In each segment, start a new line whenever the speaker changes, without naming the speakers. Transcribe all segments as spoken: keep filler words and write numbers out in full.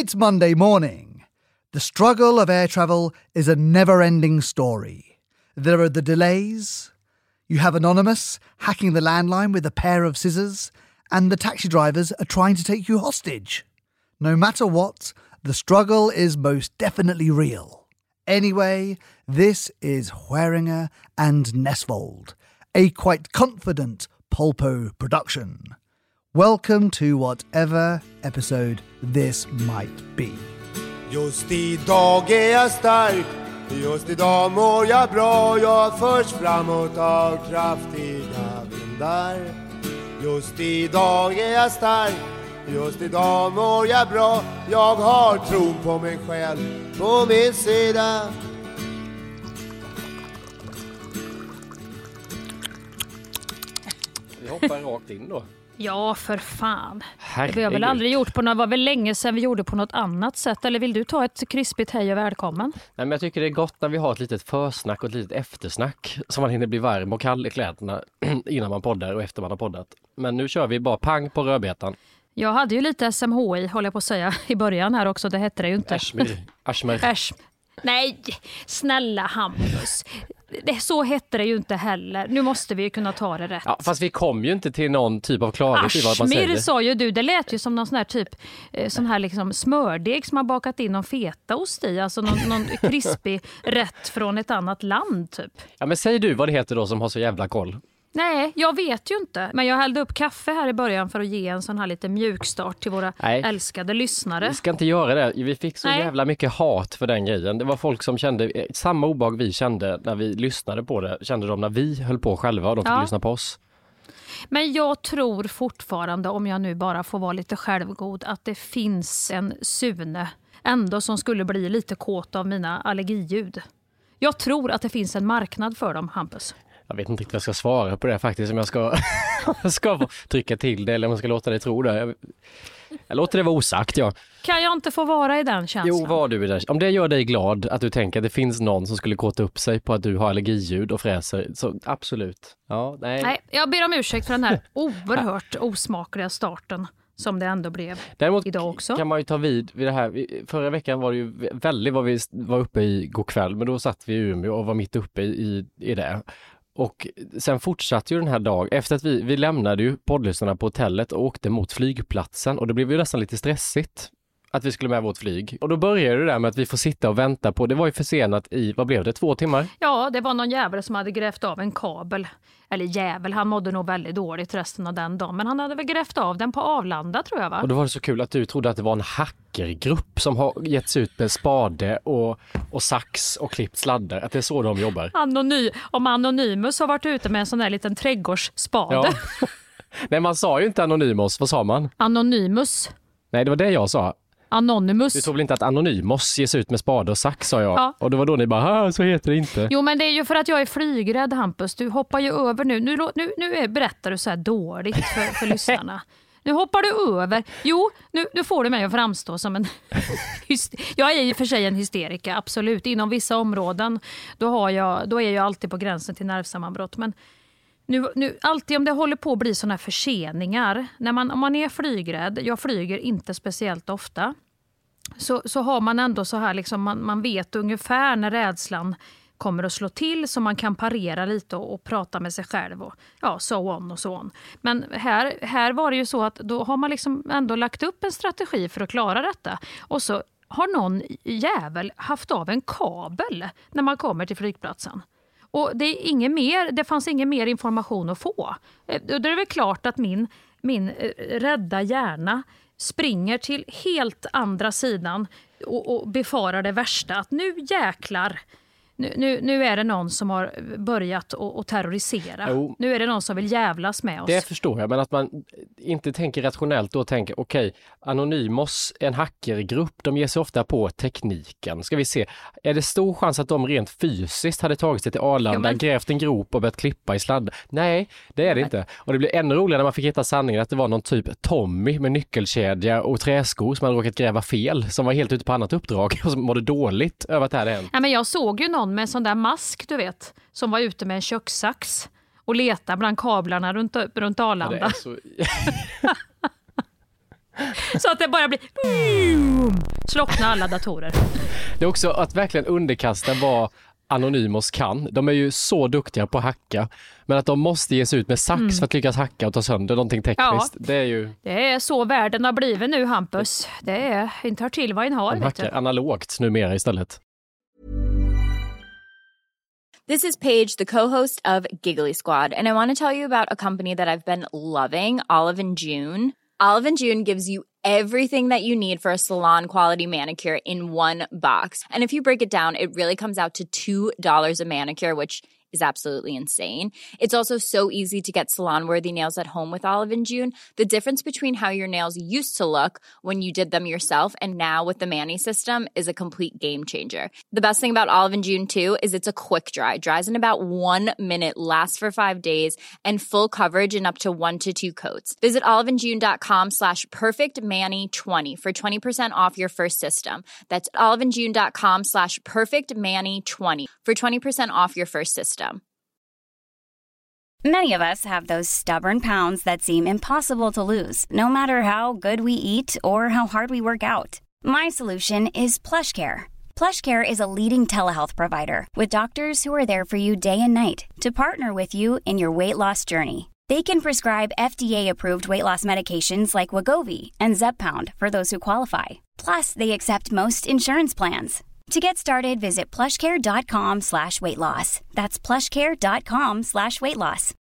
It's Monday morning. The struggle of air travel is a never-ending story. There are the delays. You have Anonymous hacking the landline with a pair of scissors, and the taxi drivers are trying to take you hostage. No matter what, the struggle is most definitely real. Anyway, this is Schweringer and Nesvold, a quite confident Polpo production. Welcome to whatever episode this might be.
Just idag är jag stark, just idag mår jag bra. Jag förs framåt av kraftiga vindar. Just idag är jag stark, just idag mår jag bra. Jag har tron på mig själv på min sida.
Vi hoppar rakt in då.
Ja, för fan.
Herregud.
Det har väl aldrig gjort på något, var väl länge sedan vi gjorde på något annat sätt. Eller vill du ta ett krispigt hej och välkommen?
Nej, men jag tycker det är gott när vi har ett litet försnack och ett litet eftersnack. Så man hinner bli varm och kall i kläderna innan man poddar och efter man har poddat. Men nu kör vi bara pang på rödbetan. Jag
hade ju lite S M H I, håller jag på att säga, i början här också. Det hette det ju inte.
Ashmir. Ashmir.
Ash. Nej, snälla Hampus. Det, så hette det ju inte heller. Nu måste vi ju kunna ta det rätt.
Ja, fast vi kom ju inte till någon typ av klarhet i vad man säger.
Ashmir sa ju du, det lät ju som någon sån här typ sån här liksom smördeg som har bakat in någon fetaost i. Alltså någon, någon krispig rätt från ett annat land typ.
Ja, men säg du vad det heter då som har så jävla koll.
Nej, jag vet ju inte. Men jag hällde upp kaffe här i början för att ge en sån här lite mjuk start till våra Nej. älskade lyssnare.
Vi ska inte göra det. Vi fick så Nej. jävla mycket hat för den grejen. Det var folk som kände samma obehag vi kände när vi lyssnade på det. Kände de när vi höll på själva och de fick ja. lyssna på oss.
Men jag tror fortfarande, om jag nu bara får vara lite självgod, att det finns en Sune ändå som skulle bli lite kåt av mina allergiljud. Jag tror att det finns en marknad för dem, Hampus.
Jag vet inte riktigt vad jag ska svara på det faktiskt, om jag ska, ska få trycka till det eller om jag ska låta dig tro det. Jag, jag låter det vara osagt, ja.
Kan jag inte få vara i den känslan?
Jo, var du i den. Om det gör dig glad att du tänker att det finns någon som skulle kåta upp sig på att du har allergiljud och fräser, så absolut. Ja, nej.
nej, jag ber om ursäkt för den här oerhört osmakliga starten som det ändå blev.
Däremot
idag också.
Kan man ju ta vid vid det här. Förra veckan var det ju väldigt vad vi var uppe i går kväll, men då satt vi i Umeå och var mitt uppe i, i det. Och sen fortsatte ju den här dagen, efter att vi, vi lämnade ju poddlyssnarna på hotellet och åkte mot flygplatsen, och det blev ju nästan lite stressigt att vi skulle med vårt flyg. Och då började det där med att vi får sitta och vänta på, det var ju försenat i, vad blev det, två timmar?
Ja, det var någon jävel som hade grävt av en kabel. Eller jävel, han mådde nog väldigt dåligt resten av den dagen. Men han hade väl grävt av den på Arlanda, tror jag, va?
Och då var det så kul att du trodde att det var en hackergrupp som har getts ut med spade och, och sax och klippt sladdar. Att det är så de jobbar.
Anony- Om Anonymous har varit ute med en sån där liten trädgårdsspade.
Ja. Nej, man sa ju inte Anonymous. Vad sa man?
Anonymous.
Nej, det var det jag sa.
Anonymous.
Du tror väl inte att Anonymous ges ut med spade och sax, sa jag.
Ja.
Och det var då ni bara, så heter det inte.
Jo, men det är ju för att jag är flygrädd, Hampus. Du hoppar ju över nu. Nu, nu, nu berättar du så här dåligt för, för lyssnarna. Nu hoppar du över. Jo, nu, nu får du mig att framstå som en... jag är i och för sig en hysterika, absolut. Inom vissa områden, då, har jag, då är jag alltid på gränsen till nervsammanbrott. Men nu, nu, alltid om det håller på att bli såna här förseningar, när man, om man är flygrädd, jag flyger inte speciellt ofta, så, så har man ändå så här, liksom, man, man vet ungefär när rädslan kommer att slå till, så man kan parera lite och, och prata med sig själv och ja, so on och så on. Men här, här var det ju så att då har man liksom ändå lagt upp en strategi för att klara detta, och så har någon jävel haft av en kabel när man kommer till flygplatsen. Och det är inget mer, det fanns ingen mer information att få. Då är det väl klart att min, min rädda hjärna springer till helt andra sidan och, och befarar det värsta. Att nu jäklar, nu, nu, nu är det någon som har börjat att terrorisera. Jo. Nu är det någon som vill jävlas med oss.
Det förstår jag, men att man inte tänker rationellt då och tänker, okej, okay, Anonymous, en hackergrupp, de ger sig ofta på tekniken. Ska vi se, är det stor chans att de rent fysiskt hade tagit sig till Arlanda, ja, men... grävt en grop och börjat klippa i sladd? Nej, det är det men... inte. Och det blir ännu roligare när man fick hitta sanningen att det var någon typ Tommy med nyckelkedja och träskor som hade råkat gräva fel, som var helt ute på annat uppdrag och som mådde dåligt över att det hade hänt.
Ja, men jag såg ju någon med en sån där mask, du vet, som var ute med en kökssax och letade bland kablarna runt, runt Arlanda. Ja, det är så... så att det bara blir... slockna alla datorer.
Det är också att verkligen underkasta vad Anonymous kan. De är ju så duktiga på att hacka, men att de måste ge sig ut med sax mm. för att lyckas hacka och ta sönder någonting tekniskt.
Ja,
det är ju...
Det är så världen har blivit nu, Hampus. Det är inte har till vad en har.
De hackar analogt numera istället.
This is Paige, the co-host of Giggly Squad, and I want to tell you about a company that I've been loving, Olive and June. Olive and June gives you everything that you need for a salon quality manicure in one box. And if you break it down, it really comes out to two dollars a manicure, which is absolutely insane. It's also so easy to get salon-worthy nails at home with Olive and June. The difference between how your nails used to look when you did them yourself and now with the Mani system is a complete game changer. The best thing about Olive and June too is it's a quick dry. Dries in about one minute, lasts for five days, and full coverage in up to one to two coats. Visit oliveandjune.com slash perfectmani20 for twenty percent off your first system. That's oliveandjune.com slash perfectmani20 for twenty percent off your first system.
Many of us have those stubborn pounds that seem impossible to lose, no matter how good we eat or how hard we work out. My solution is PlushCare. PlushCare is a leading telehealth provider with doctors who are there for you day and night to partner with you in your weight loss journey. They can prescribe F D A-approved weight loss medications like Wegovy and Zepbound for those who qualify. Plus, they accept most insurance plans. To get started, visit plushcare.com slash weight loss. That's plushcare.com slash weight loss.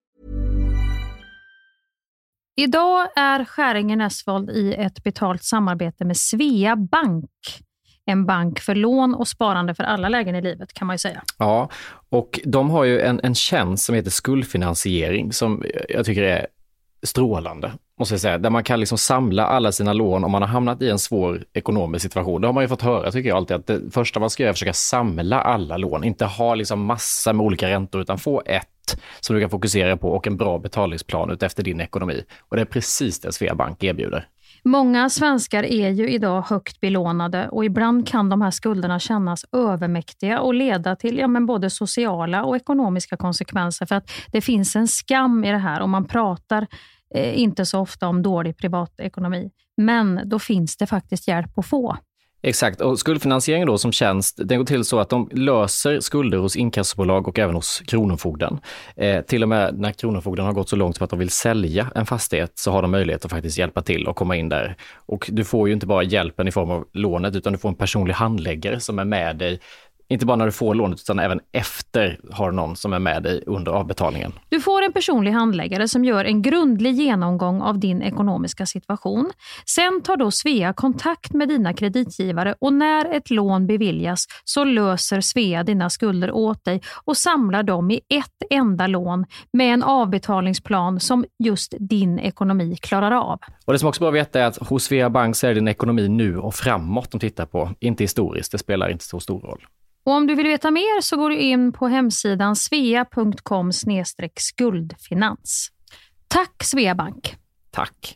Idag är Skäringen Esvold i ett betalt samarbete med Svea Bank. En bank för lån och sparande för alla lägen i livet, kan man ju säga.
Ja, och de har ju en, en tjänst som heter skuldfinansiering som jag tycker är strålande, måste jag säga. Där man kan liksom samla alla sina lån om man har hamnat i en svår ekonomisk situation. Det har man ju fått höra, tycker jag alltid, att det första man ska göra är att försöka samla alla lån. Inte ha liksom massa med olika räntor, utan få ett som du kan fokusera på och en bra betalningsplan ut efter din ekonomi. Och det är precis det Svea Bank erbjuder.
Många svenskar är ju idag högt belånade och ibland kan de här skulderna kännas övermäktiga och leda till ja, men både sociala och ekonomiska konsekvenser, för att det finns en skam i det här och man pratar eh, inte så ofta om dålig privatekonomi. Men då finns det faktiskt hjälp att få.
Exakt, och skuldfinansiering då som tjänst, den går till så att de löser skulder hos inkassobolag och även hos kronofogden. Eh, till och med när kronofogden har gått så långt för att de vill sälja en fastighet så har de möjlighet att faktiskt hjälpa till och komma in där. Och du får ju inte bara hjälpen i form av lånet, utan du får en personlig handläggare som är med dig. Inte bara när du får lånet utan även efter har någon som är med dig under avbetalningen.
Du får en personlig handläggare som gör en grundlig genomgång av din ekonomiska situation. Sen tar då Svea kontakt med dina kreditgivare och när ett lån beviljas så löser Svea dina skulder åt dig och samlar dem i ett enda lån med en avbetalningsplan som just din ekonomi klarar av.
Och det som också bör veta är att hos Svea Bank så är din ekonomi nu och framåt de tittar på, inte historiskt. Det spelar inte så stor roll.
Och om du vill veta mer så går du in på hemsidan svea punkt com slash skuldfinans. Tack Svea Bank.
Tack.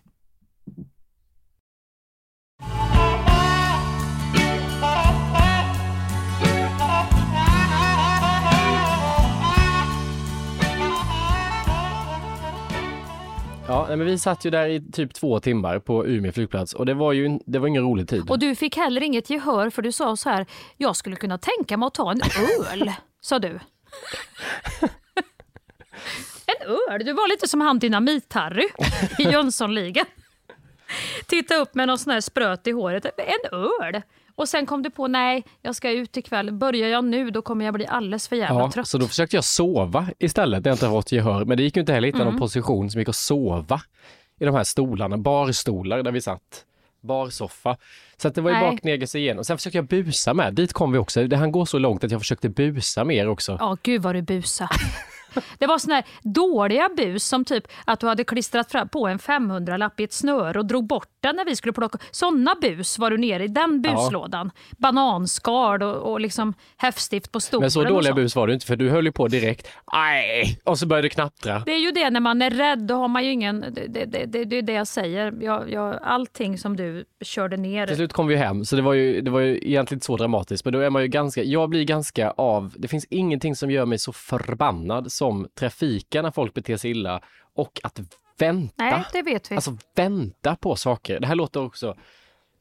Ja, men vi satt ju där i typ två timmar på Umeå flygplats och det var ju det var ingen rolig tid.
Och du fick heller inget gehör för du sa så här, jag skulle kunna tänka mig att ta en öl, sa du. En öl? Du var lite som han Dynamit-Harry i Jönssonligan. Titta upp med någon sån här spröt i håret. En öl? Och sen kom du på, nej, jag ska ut ikväll. Börjar jag nu, då kommer jag bli alldeles för jävla
ja,
trött.
Så då försökte jag sova istället. Det har inte fått gehör. Men det gick ju inte heller hitta mm. någon position som gick att sova i de här stolarna. Barstolar där vi satt. Barsoffa. Så att det var ju baknegelse igen. Och sen försökte jag busa med. Dit kom vi också. Det han går så långt att jag försökte busa mer också.
Ja, gud vad du busa. Det var såna här dåliga bus som typ att du hade klistrat fram på en femhundralapp i ett snöre och drog bort den när vi skulle plocka. Såna bus var du nere i den buslådan. Ja. Bananskal och, och liksom häftstift på stolen.
Men så dåliga bus var du inte, för du höll ju på direkt. Aj! Och så började du knattra.
Det är ju det, när man är rädd då har man ju ingen, det, det, det, det, det är det jag säger. Jag, jag, allting som du körde ner.
Till slut kom vi hem, så det var ju, det var ju egentligen inte så dramatiskt. Men då är man ju ganska, jag blir ganska av, det finns ingenting som gör mig så förbannad som trafiken när folk beter sig illa och att vänta.
Nej, det vet vi.
Alltså vänta på saker. Det här låter också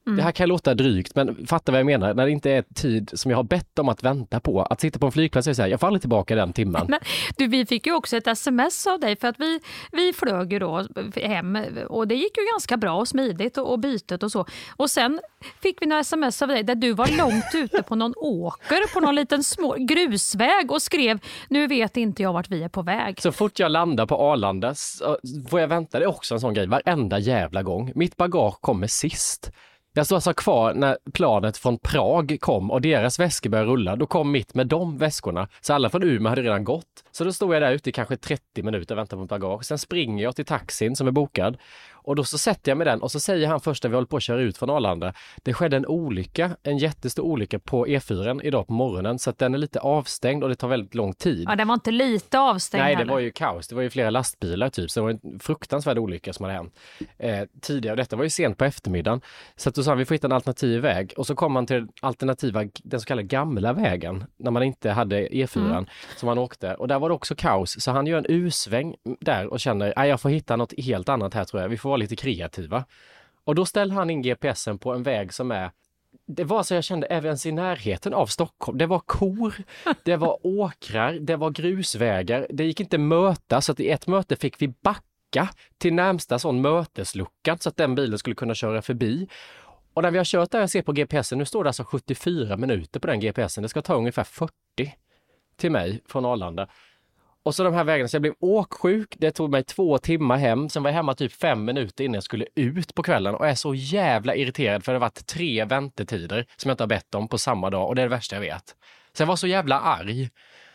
Mm. Det här kan låta drygt, men fatta vad jag menar. När det inte är tid som jag har bett om att vänta på. Att sitta på en flygplats och säga, jag får aldrig tillbaka den timmen.
Men, du, vi fick ju också ett sms av dig för att vi, vi flög ju då hem och det gick ju ganska bra och smidigt och, och bytet och så. Och sen fick vi några sms av dig där du var långt ute på någon åker på någon liten små grusväg och skrev, nu vet inte jag vart vi är på väg.
Så fort jag landar på Arlanda så får jag vänta. Det är också en sån grej, varenda jävla gång. Mitt bagage kommer sist. Jag stod alltså kvar när planet från Prag kom och deras väskor började rulla. Då kom mitt med de väskorna. Så alla från Umeå hade redan gått. Så då stod jag där ute i kanske trettio minuter och väntade på bagage. Sen springer jag till taxin som är bokad. Och då så sätter jag mig den och så säger han först när vi håller på att köra ut från Arlanda. Det skedde en olycka, en jättestor olycka på E fyra idag på morgonen. Så att den är lite avstängd och det tar väldigt lång tid.
Ja, den var inte lite avstängd.
Nej, det
heller.
var ju kaos. Det var ju flera lastbilar typ. Så det var en fruktansvärd olycka som hade hänt eh, tidigare. Detta var ju sent på eftermiddagen. Så att då sa han, vi får hitta en alternativ väg. Och så kom man till alternativa, den så kallade gamla vägen. När man inte hade E fyra mm. som man åkte. Och där var det också kaos. Så han gör en U-sväng där och känner, nej jag får hitta något helt annat här tror jag. Vi får vara lite kreativa. Och då ställde han in G P S'en på en väg som är, det var så jag kände även i närheten av Stockholm. Det var kor, det var åkrar, det var grusvägar. Det gick inte möta så att i ett möte fick vi backa till närmsta sån möteslucka så att den bilen skulle kunna köra förbi. Och när vi har kört där, jag ser på G P S'en, nu står det alltså sjuttiofyra minuter på den G P S'en. Det ska ta ungefär fyrtio till mig från Arlanda. Och så de här vägarna, så jag blev åksjuk. Det tog mig två timmar hem. Sen var jag hemma typ fem minuter innan jag skulle ut på kvällen. Och jag är så jävla irriterad för det har varit tre väntetider som jag inte har bett om på samma dag. Och det är det värsta jag vet. Så jag var så jävla arg.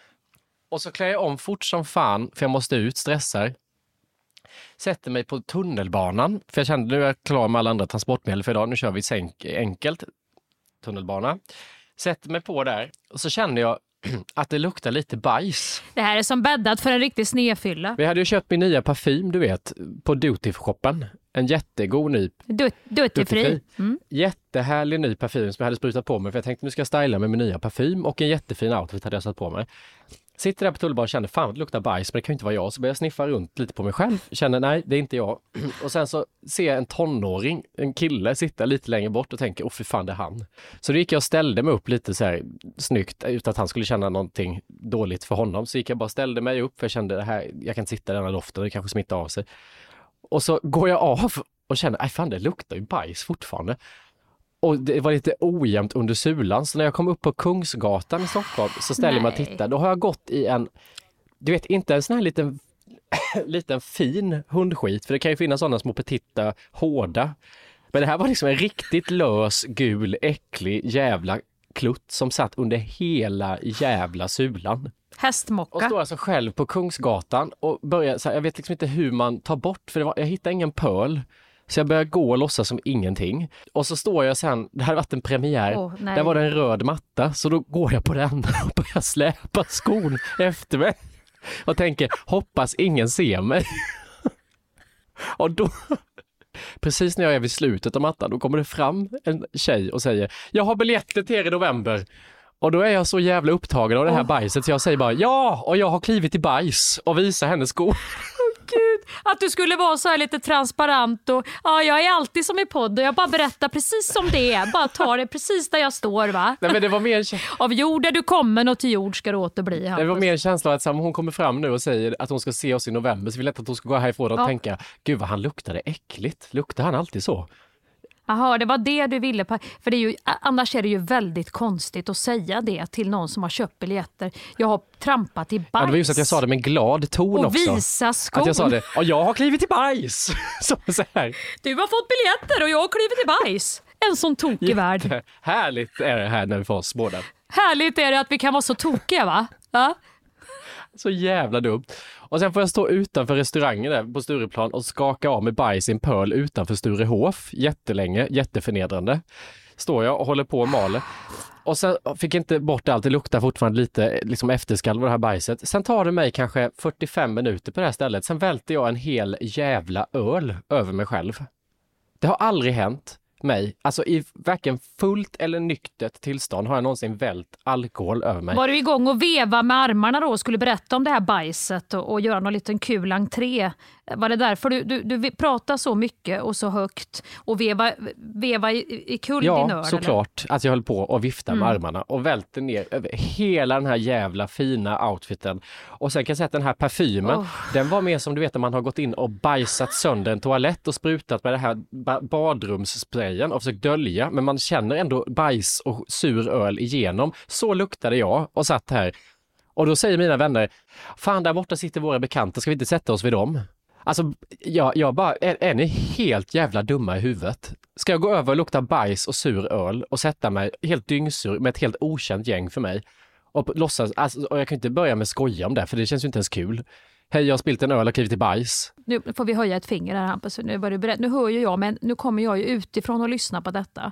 Och så klär jag om fort som fan för jag måste ut, stressar. Sätter mig på tunnelbanan. För jag kände nu är jag klar med alla andra transportmedel för idag. Nu kör vi sänk, enkelt tunnelbana. Sätter mig på där och så kände jag att det luktar lite bajs.
Det här är som bäddat för en riktig snedfylla.
Vi hade ju köpt min nya parfym, du vet, på Duty-shoppen. En jättegod ny.
Dut, Duty-fri. Mm.
Jättehärlig ny parfym som jag hade sprutat på mig. För jag tänkte nu ska jag styla med min nya parfym. Och en jättefin outfit hade jag satt på mig. Sitter där på tullbanan och känner, fan det luktar bajs, men det kan ju inte vara jag. Så börjar jag sniffa runt lite på mig själv. Känner, nej det är inte jag. Och sen så ser jag en tonåring, en kille, sitta lite längre bort och tänker, åh fy fan det är han. Så då gick jag och ställde mig upp lite så här snyggt, utan att han skulle känna någonting dåligt för honom. Så gick jag bara och ställde mig upp, för jag kände, det här, jag kan inte sitta i den här doften, det kanske smittar av sig. Och så går jag av och känner, nej fan det luktar ju bajs fortfarande. Och det var lite ojämnt under sulan. Så när jag kom upp på Kungsgatan i Stockholm så ställer jag mig och tittar. Då har jag gått i en, du vet inte en sån här liten, liten fin hundskit. För det kan ju finnas sådana små petita, hårda. Men det här var liksom en riktigt lös, gul, äcklig jävla klutt som satt under hela jävla sulan.
Hästmocka.
Och står alltså själv på Kungsgatan och börjar så här, jag vet liksom inte hur man tar bort, för det var, jag hittar ingen pöl. Så jag börjar gå och låtsas som ingenting. Och så står jag sen, det hade varit en premiär, oh, där var det en röd matta. Så då går jag på den och börjar släpa skon efter mig. Och tänker, hoppas ingen ser mig. Och då, precis när jag är vid slutet av mattan, då kommer det fram en tjej och säger, jag har biljetter till er i november. Och då är jag så jävla upptagen av det här oh. bajset så jag säger bara, ja, och jag har klivit i bajs och visar hennes skor.
Gud, att du skulle vara så här lite transparent och ja, jag är alltid som i podd och jag bara berättar precis som det är, bara tar det precis där jag står, va?
Nej, men det var mer
av jord är du kommen och till jord ska du återbli.
Det var mer en känsla att hon kommer fram nu och säger att hon ska se oss i november, så vill jag att hon ska gå härifrån och ja. tänka, gud vad han luktade äckligt, luktar han alltid så?
Jaha, det var det du ville. För det är ju, annars är det ju väldigt konstigt att säga det till någon som har köpt biljetter. Jag har trampat i bajs.
Ja, det var just att jag sa det med en glad ton
och
också.
Och visa skon.
Att jag sa det, och jag har klivit i bajs. Så, så här.
Du har fått biljetter och jag har klivit i bajs. En sån tokig värld.
Härligt är det här när vi får oss båda.
Härligt är det att vi kan vara så tokiga, va? Ja.
Så jävla dumt. Och sen får jag stå utanför restaurangen där på Stureplan och skaka av med bajs i en pöl utanför Sturehof. Jättelänge, jätteförnedrande. Står jag och håller på och maler. Och sen fick jag inte bort allt, det luktar fortfarande lite liksom efterskalv av det här bajset. Sen tar det mig kanske fyrtiofem minuter på det här stället. Sen välter jag en hel jävla öl över mig själv. Det har aldrig hänt. mig. Alltså i varken fullt eller nyktert tillstånd har jag någonsin vält alkohol över mig.
Var du igång och veva med armarna då och skulle berätta om det här bajset och, och göra någon liten kul entré? Var det därför du, du, du pratar så mycket och så högt och veva, veva i, i kull
ja,
din öl? Ja,
såklart att jag höll på och vifta med mm. armarna och välte ner över hela den här jävla fina outfiten. Och sen kan jag säga att den här parfymen, oh. den var mer som du vet när man har gått in och bajsat sönder en toalett och sprutat med det här ba- badrumssprayen och försökt dölja, men man känner ändå bajs och sur öl igenom. Så luktade jag och satt här. Och då säger mina vänner, fan där borta sitter våra bekanta, ska vi inte sätta oss vid dem? Alltså, jag, jag bara, är, är ni helt jävla dumma i huvudet? Ska jag gå över och lukta bajs och sur öl och sätta mig helt dyngsur med ett helt okänt gäng för mig? Och låtsas, alltså, och jag kan inte börja med skoja om det, för det känns ju inte ens kul. Hej, jag har spilt en öl och klivit i bajs. Nu
får vi höja ett finger här, Hampus. Nu, var du beredd. Nu hör ju jag, men nu kommer jag ju utifrån och lyssna på detta.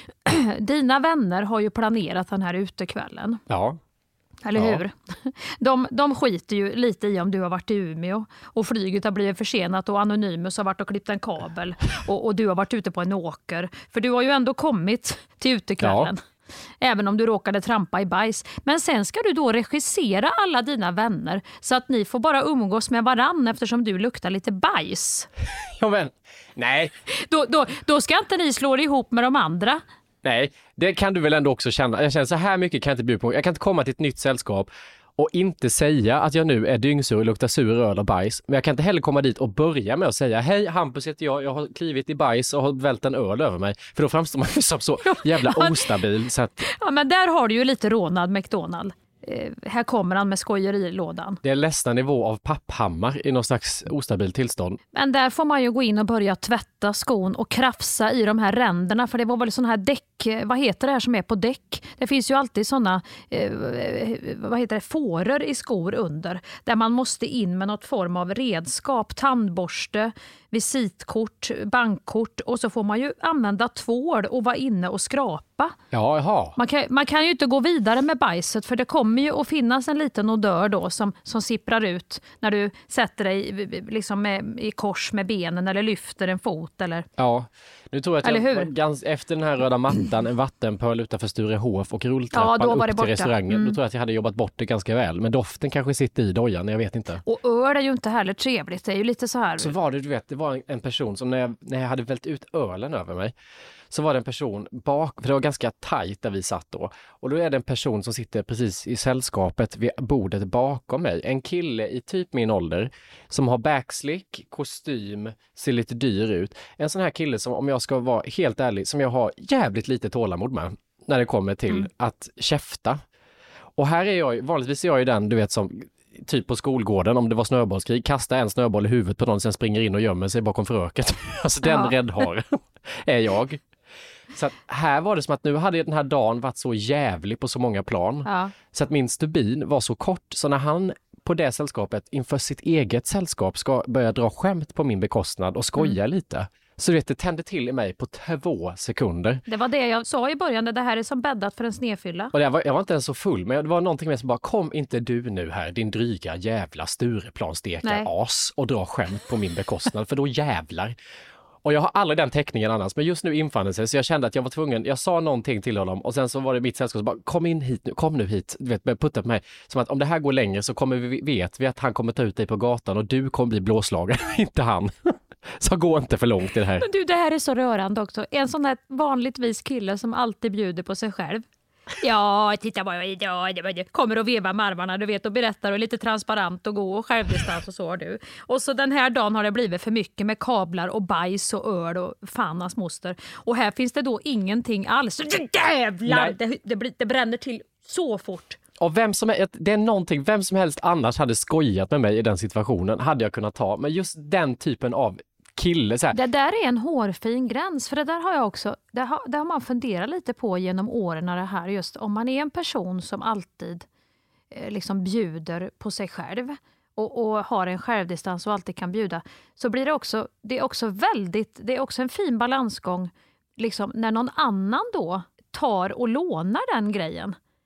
Dina vänner har ju planerat den här utekvällen.
Ja.
Eller ja. hur? De, de skiter ju lite i om du har varit i Umeå och flyget har blivit försenat och Anonymous har varit och klippt en kabel och, och du har varit ute på en åker. För du har ju ändå kommit till utekvällen. Ja. Även om du råkade trampa i bajs. Men sen ska du då regissera alla dina vänner så att ni får bara umgås med varann eftersom du luktar lite bajs.
Ja men, nej.
Då, då, då ska inte ni slå ihop med de andra.
Nej, det kan du väl ändå också känna. Jag känner så här mycket kan jag inte bjuda på. Jag kan inte komma till ett nytt sällskap och inte säga att jag nu är dyngsur och luktar sur öl och bajs. Men jag kan inte heller komma dit och börja med att säga hej, Hampus heter jag, jag har klivit i bajs och har vält en öl över mig. För då framstår man ju som så jävla ostabil. Så att...
Ja, men där har du ju lite rånad McDonald. Eh, här kommer han med skojerilådan.
Det är ledsna nivå av papphammar i någon slags ostabil tillstånd.
Men där får man ju gå in och börja tvätta skon och krafsa i de här ränderna. För det var väl sån här däck, vad heter det här som är på däck? Det finns ju alltid såna, eh, vad heter det, fåror i skor under. Där man måste in med något form av redskap, tandborste, visitkort, bankkort och så får man ju använda tvål och vara inne och skrapa.
Ja, jaha.
Man kan, man kan ju inte gå vidare med bajset för det kommer ju att finnas en liten odör då som, som sipprar ut när du sätter dig liksom med, i kors med benen eller lyfter en fot. Eller...
Ja, nu tror jag att jag var gans, efter den här röda mattan, en vattenpöl utanför Sturehof och rulltrappan ja, upp till borta. restaurangen, mm. då tror jag att jag hade jobbat bort det ganska väl. Men doften kanske sitter i dojan, jag vet inte.
Och öl är ju inte heller trevligt, det är ju lite så här.
Så var det, du vet, det var en person som när jag, när jag hade vält ut ölen över mig, så var det en person bak, för det var ganska tajt där vi satt då. Och då är det en person som sitter precis i sällskapet vid bordet bakom mig. En kille i typ min ålder som har backslick, kostym, ser lite dyr ut. En sån här kille som, om jag ska vara helt ärlig, som jag har jävligt lite tålamod med när det kommer till mm. att käfta. Och här är jag, vanligtvis är jag ju den, du vet, som typ på skolgården, om det var snöbollskrig, kasta en snöboll i huvudet på någon och sen springer in och gömmer sig bakom föröket. Alltså den ja. räddharen är jag. Så att här var det som att nu hade den här dagen varit så jävlig på så många plan. Ja. Så att min stubin var så kort. Så när han på det sällskapet inför sitt eget sällskap ska börja dra skämt på min bekostnad och skoja mm. lite. Så vet, det tände till i mig på två sekunder.
Det var det jag sa i början, det här är som bäddat för en snedfylla.
Och jag var, jag var inte ens så full, men det var någonting med som bara, kom inte du nu här, din dryga jävla Stureplansstekar as och dra skämt på min bekostnad, för då jävlar. Och jag har aldrig den teckningen annars, men just nu infann det sig så jag kände att jag var tvungen, jag sa någonting till honom och sen så var det mitt sällskap som bara, kom in hit nu, kom nu hit, du vet, putta på mig. Som att om det här går längre så kommer vi, vet vi att han kommer ta ut dig på gatan och du kommer bli blåslagen, inte han. Så gå inte för långt i det här.
Men du, det här är så rörande också. En sån här vanligtvis kille som alltid bjuder på sig själv. Ja, titta vad jag är idag. Kommer och veva med armarna, du vet, och berättar och lite transparent och gå och självdistans och så har du. Och så den här dagen har det blivit för mycket med kablar och bajs och öl och fanas moster. Och här finns det då ingenting alls. Jävlar! Det, det, det bränner till så fort.
Och vem som är, det är någonting, vem som helst annars hade skojat med mig i den situationen hade jag kunnat ta. Men just den typen av kille. Så här.
Det där är en hårfin gräns, för det där har jag också, det har, det har man funderat lite på genom åren när det här, just om man är en person som alltid eh, liksom bjuder på sig själv och, och har en självdistans och alltid kan bjuda, så blir det också, det är också väldigt, det är också en fin balansgång liksom när någon annan då tar och lånar den grejen.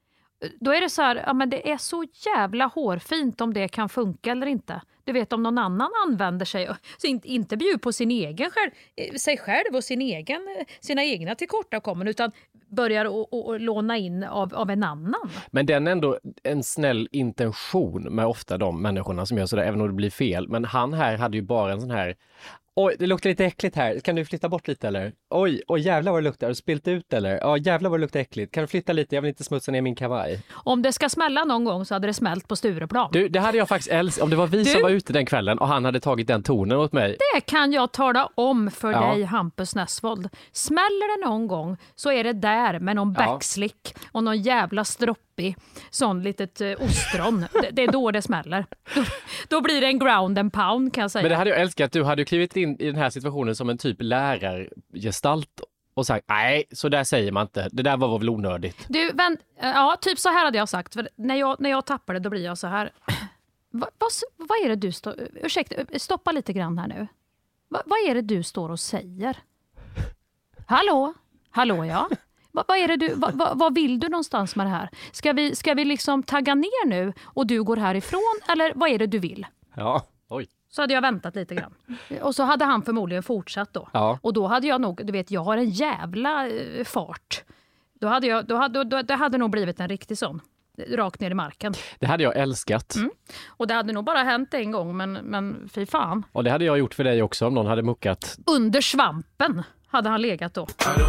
då är det så här, ja, men det är så jävla hårfint om det kan funka eller inte. Du vet, om någon annan använder sig, så inte, inte bjud på sin egen själv, sig själv och sin egen, sina egna tillkortakommanden, utan börjar och, och, och låna in av, av en annan.
Men den är ändå en snäll intention med ofta de människorna som gör sådär, även om det blir fel. Men han här hade ju bara en sån här, oj, det luktar lite äckligt här. Kan du flytta bort lite eller? Oj, oj jävlar vad det luktar. Har du spilt ut eller? Ja, jävlar vad det luktar äckligt. Kan du flytta lite? Jag vill inte smutsa ner min kavaj.
Om det ska smälla någon gång så hade det smält på Stureplan.
Du, det hade jag faktiskt älskat. Om det var vi du, som var ute den kvällen och han hade tagit den tonen åt mig.
Det kan jag tala om för
ja.
dig, Hampus Nessvold. Smäller det någon gång så är det där med någon backslick ja. och någon jävla stroppig sån litet uh, ostron. det, det är då det smäller. Då, då blir det en ground and pound, kan jag säga.
Men det hade jag älskat. Du hade ju klivit in i den här situationen som en typ lärargestalt och sagt, nej, så där säger man inte. Det där var väl onödigt.
Du, vänt, ja, typ så här hade jag sagt. För när jag, när jag tappade, då blir jag så här. Va, vad, vad är det du står... Ursäkta, stoppa lite grann här nu. Va, vad är det du står och säger? Hallå? Hallå, ja. Va, vad är det du... Va, va, vad vill du någonstans med det här? Ska vi, ska vi liksom tagga ner nu och du går härifrån? Eller vad är det du vill?
Ja, oj.
Så hade jag väntat lite grann. Och så hade han förmodligen fortsatt då.
Ja.
Och då hade jag nog, du vet, jag har en jävla eh, fart. Då hade jag, då hade, då, det hade nog blivit en riktig sån. Rakt ner i marken.
Det hade jag älskat.
Mm. Och det hade nog bara hänt en gång, men, men fy fan.
Och det hade jag gjort för dig också om någon hade muckat.
Under svampen hade han legat då.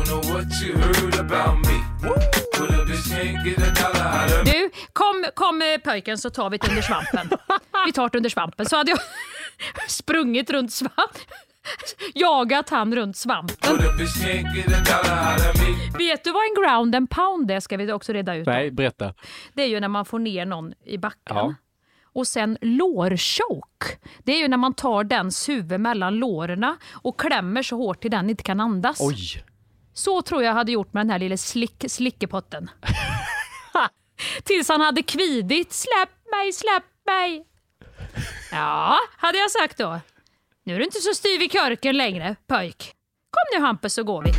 Du, kom, kom pöjken så tar vi det under svampen. Vi tar det under svampen. Så hade jag sprungit runt svampen. Jagat han runt svampen. Vet du vad en ground and pound är? Ska vi också reda ut.
Nej, berätta.
Det är ju när man får ner någon i backen.
Ja.
Och sen lårchoke. Det är ju när man tar dens huvud mellan lårerna och klämmer så hårt till den inte kan andas.
Oj.
Så tror jag hade gjort med den här lilla slick, slickepotten. Tills han hade kvidit. Släpp mig, släpp mig. Ja, hade jag sagt då. Nu är du inte så styv i körken längre, pöjk. Kom nu Hampus, så går vi.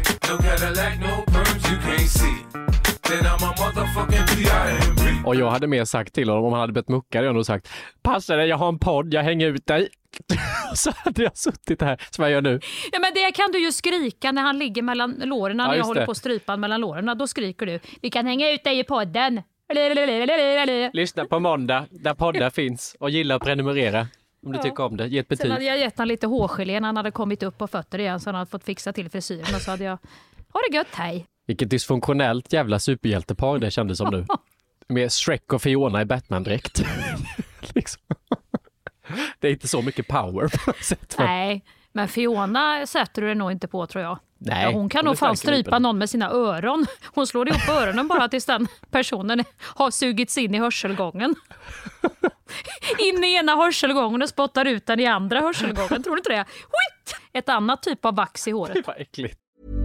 Och jag hade mer sagt till honom om han hade bett mucka. Jag hade nog sagt, passa dig, jag har en podd, jag hänger ut dig. Så hade jag suttit här som jag gör nu.
Ja, men det kan du ju skrika när han ligger mellan låren. När
ja,
jag håller
det.
på strypan mellan låren. Då skriker du, vi kan hänga ut dig i podden.
Lyssna på måndag där poddar finns. Och gilla och prenumerera. Om du ja. tycker om det, ge ett betyg.
Sen hade jag gett han lite hårgelé när han hade kommit upp på fötter igen. Så han hade fått fixa till frisyren. Och så hade jag, ha det gött, hej.
Vilket dysfunktionellt jävla superhjältepar det kändes som nu. Med Shrek och Fiona i Batman-dräkt. liksom. Det är inte så mycket power på något sätt.
Nej, men Fiona sätter du det nog inte på, tror jag.
Nej,
ja, hon kan nog fan strypa någon med sina öron. Hon slår ihop öronen bara tills den personen har sugits in i hörselgången. In i ena hörselgången och spottar ut den i andra hörselgången. Tror du inte det? Skit! Ett annat typ av vax i håret.
Det var äckligt.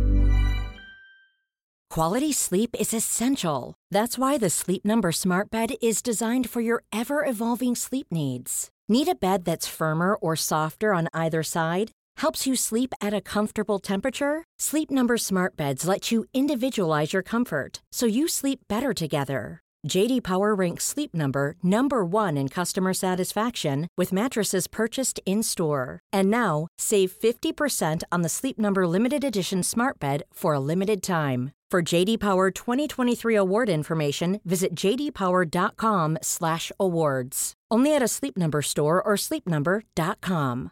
Quality sleep is essential. That's why the Sleep Number Smart Bed is designed for your ever-evolving sleep needs. Need a bed that's firmer or softer on either side? Helps you sleep at a comfortable temperature? Sleep Number Smart Beds let you individualize your comfort, so you sleep better together. J D Power ranks Sleep Number number one in customer satisfaction with mattresses purchased in-store. And now, save fifty percent on the Sleep Number Limited Edition Smart Bed for a limited time. For J D Power twenty twenty-three award information, visit j d power dot com slash awards. Only at a Sleep Number store or sleep number dot com.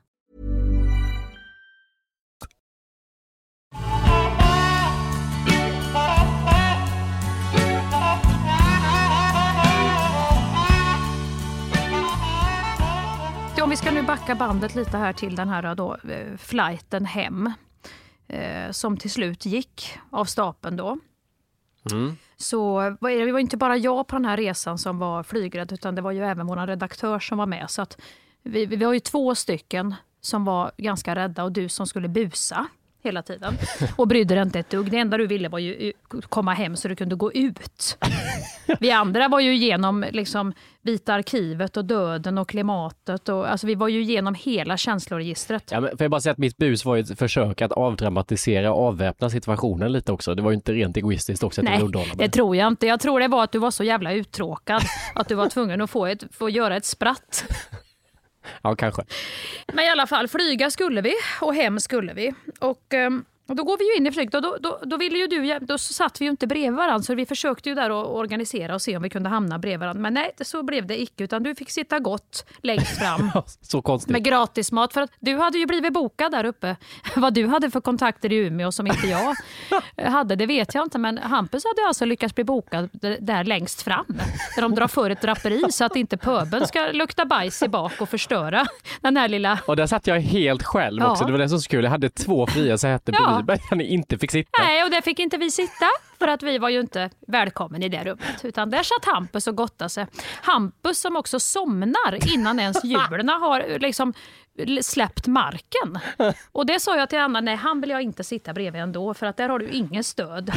Om vi ska nu backa bandet lite här till den här då, flighten hem eh, som till slut gick av stapeln då.
Mm.
Så var det var inte bara jag på den här resan som var flygrädd, utan det var ju även vår redaktör som var med. Så att vi, vi var ju två stycken som var ganska rädda och du som skulle busa. hela tiden. Och brydde dig inte ett dugg. Det enda du ville var ju komma hem så du kunde gå ut. Vi andra var ju igenom liksom Vita arkivet och döden och klimatet. Och, alltså vi var ju igenom hela känsloregistret.
Ja, men får jag bara säga att mitt bus var ju ett försök att avdramatisera och avväpna situationen lite också. Det var ju inte rent egoistiskt också.
Nej, det tror jag inte. Jag tror det var att du var så jävla uttråkad att du var tvungen att få, ett, få göra ett spratt.
Ja, kanske.
Men i alla fall, flyga skulle vi och hem skulle vi. Och, och då går vi ju in i flyget och då, då, då ville ju du, då satt vi ju inte bredvid varandra så vi försökte ju där att organisera och se om vi kunde hamna bredvid varandra. Men nej, så blev det icke utan du fick sitta gott längst fram.
Så konstigt.
Med gratismat för att du hade ju blivit bokad där uppe. Vad du hade för kontakter i Umeå som inte jag hade, det vet jag inte. Men Hampus hade alltså lyckats bli bokad där längst fram. Där de drar för ett draperi så att inte pöbeln ska lukta bajs i bak och förstöra den här lilla...
Och där satt jag helt själv också. Ja. Det var det som skulle. Jag hade två fria säten på
ja.
Där ni inte fick sitta.
Nej, och där fick inte vi sitta för att vi var ju inte välkommen i det rummet. Utan där satt Hampus och gottade sig. Hampus som också somnar innan ens hjularna har liksom släppt marken. Och det sa jag till Anna, nej han vill jag inte sitta bredvid ändå för att där har du ingen stöd.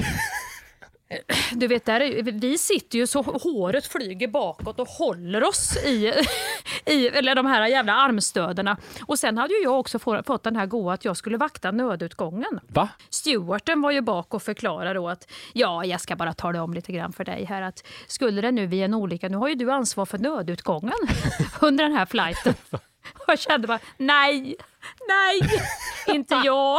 Du vet, där, vi sitter ju så håret flyger bakåt och håller oss i, i eller de här jävla armstöderna. Och sen hade ju jag också fått den här goa att jag skulle vakta nödutgången.
Va?
Stewarten var ju bak och förklarade då att ja, jag ska bara tala om lite grann för dig här att skulle det nu vid en olycka, nu har ju du ansvar för nödutgången under den här flighten. Och jag kände bara, nej, nej, inte jag.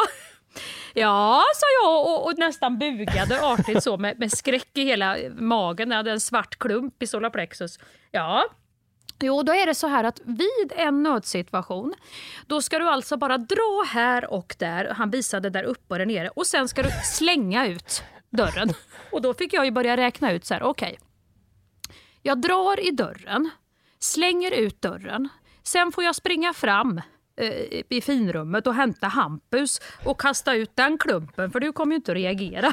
Ja, sa jag och, och nästan bugade artigt så med, med skräck i hela magen. Jag hade en svart klump i solarplexus. Ja, jo då är det så här att vid en nödsituation då ska du alltså bara dra här och där. Han visade där uppe och där nere. Och sen ska du slänga ut dörren. Och då fick jag ju börja räkna ut så här, okej. Okay. Jag drar i dörren, slänger ut dörren. Sen får jag springa fram i finrummet och hämta Hampus och kasta ut den klumpen för du kommer ju inte att reagera.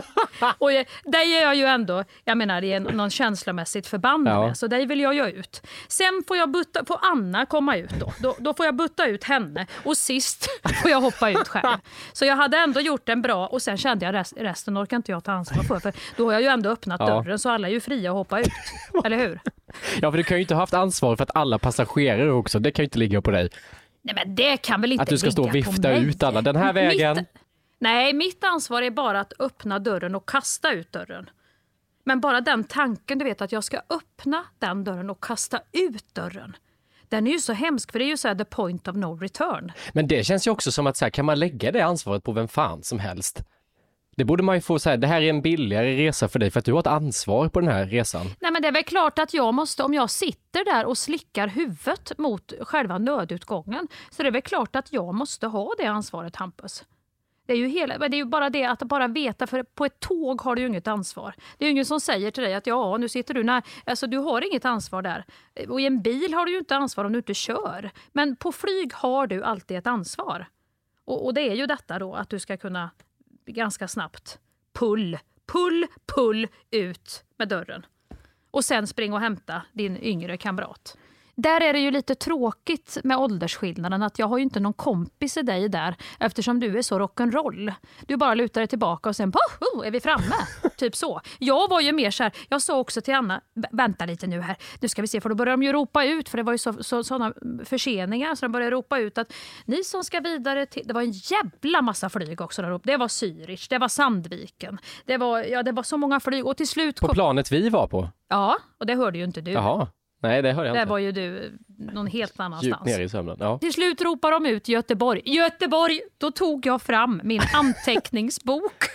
Och det är jag ju ändå, jag menar det är någon känslomässigt förband ja. Med, så det vill jag ju ut. Sen får jag butta, får Anna komma ut då. då. Då får jag butta ut henne och sist får jag hoppa ut själv. Så jag hade ändå gjort en bra och sen kände jag rest, resten orkar inte jag ta ansvar för för då har jag ju ändå öppnat ja. Dörren så alla är ju fria att hoppa ut. Eller hur?
Ja, för du kan ju inte ha haft ansvar för att alla passagerare också, det kan ju inte ligga på dig.
Nej, men det kan väl inte
att du ska stå och vifta ut alla den här vägen.
Mitt, nej, mitt ansvar är bara att öppna dörren och kasta ut dörren. Men bara den tanken, du vet att jag ska öppna den dörren och kasta ut dörren. Den är ju så hemsk för det är ju så här the point of no return.
Men det känns ju också som att så här, kan man lägga det ansvaret på vem fan som helst? Det borde man ju få säga, det här är en billigare resa för dig för att du har ett ansvar på den här resan.
Nej men det är väl klart att jag måste, om jag sitter där och slickar huvudet mot själva nödutgången så det är väl klart att jag måste ha det ansvaret, Hampus. Det är ju, hela, det är ju bara det att bara veta, för på ett tåg har du ju inget ansvar. Det är ju ingen som säger till dig att ja, nu sitter du när, alltså du har inget ansvar där. Och i en bil har du ju inte ansvar om du inte kör. Men på flyg har du alltid ett ansvar. Och, och det är ju detta då att du ska kunna ganska snabbt pull, pull, pull ut med dörren. Och sen springa och hämta din yngre kamrat. Där är det ju lite tråkigt med åldersskillnaden att jag har ju inte någon kompis i dig där eftersom du är så rock'n'roll. Du bara lutar dig tillbaka och sen oh, är vi framme. Typ så. Jag var ju mer så här, jag sa också till Anna, vänta lite nu här, nu ska vi se för då börjar de ju ropa ut för det var ju så, så, sådana förseningar så de började ropa ut att ni som ska vidare till, det var en jävla massa flyg också där uppe. Det var Zürich, det var Sandviken, det var, ja, det var så många flyg och till slut...
På planet vi var på?
Ja, och det hörde ju inte du.
Jaha. Nej, det hör jag
inte.
Där
var ju du någon helt annanstans.
Djupt ner i sömnen, ja.
Till slut ropar de ut Göteborg. Göteborg! Då tog jag fram min anteckningsbok.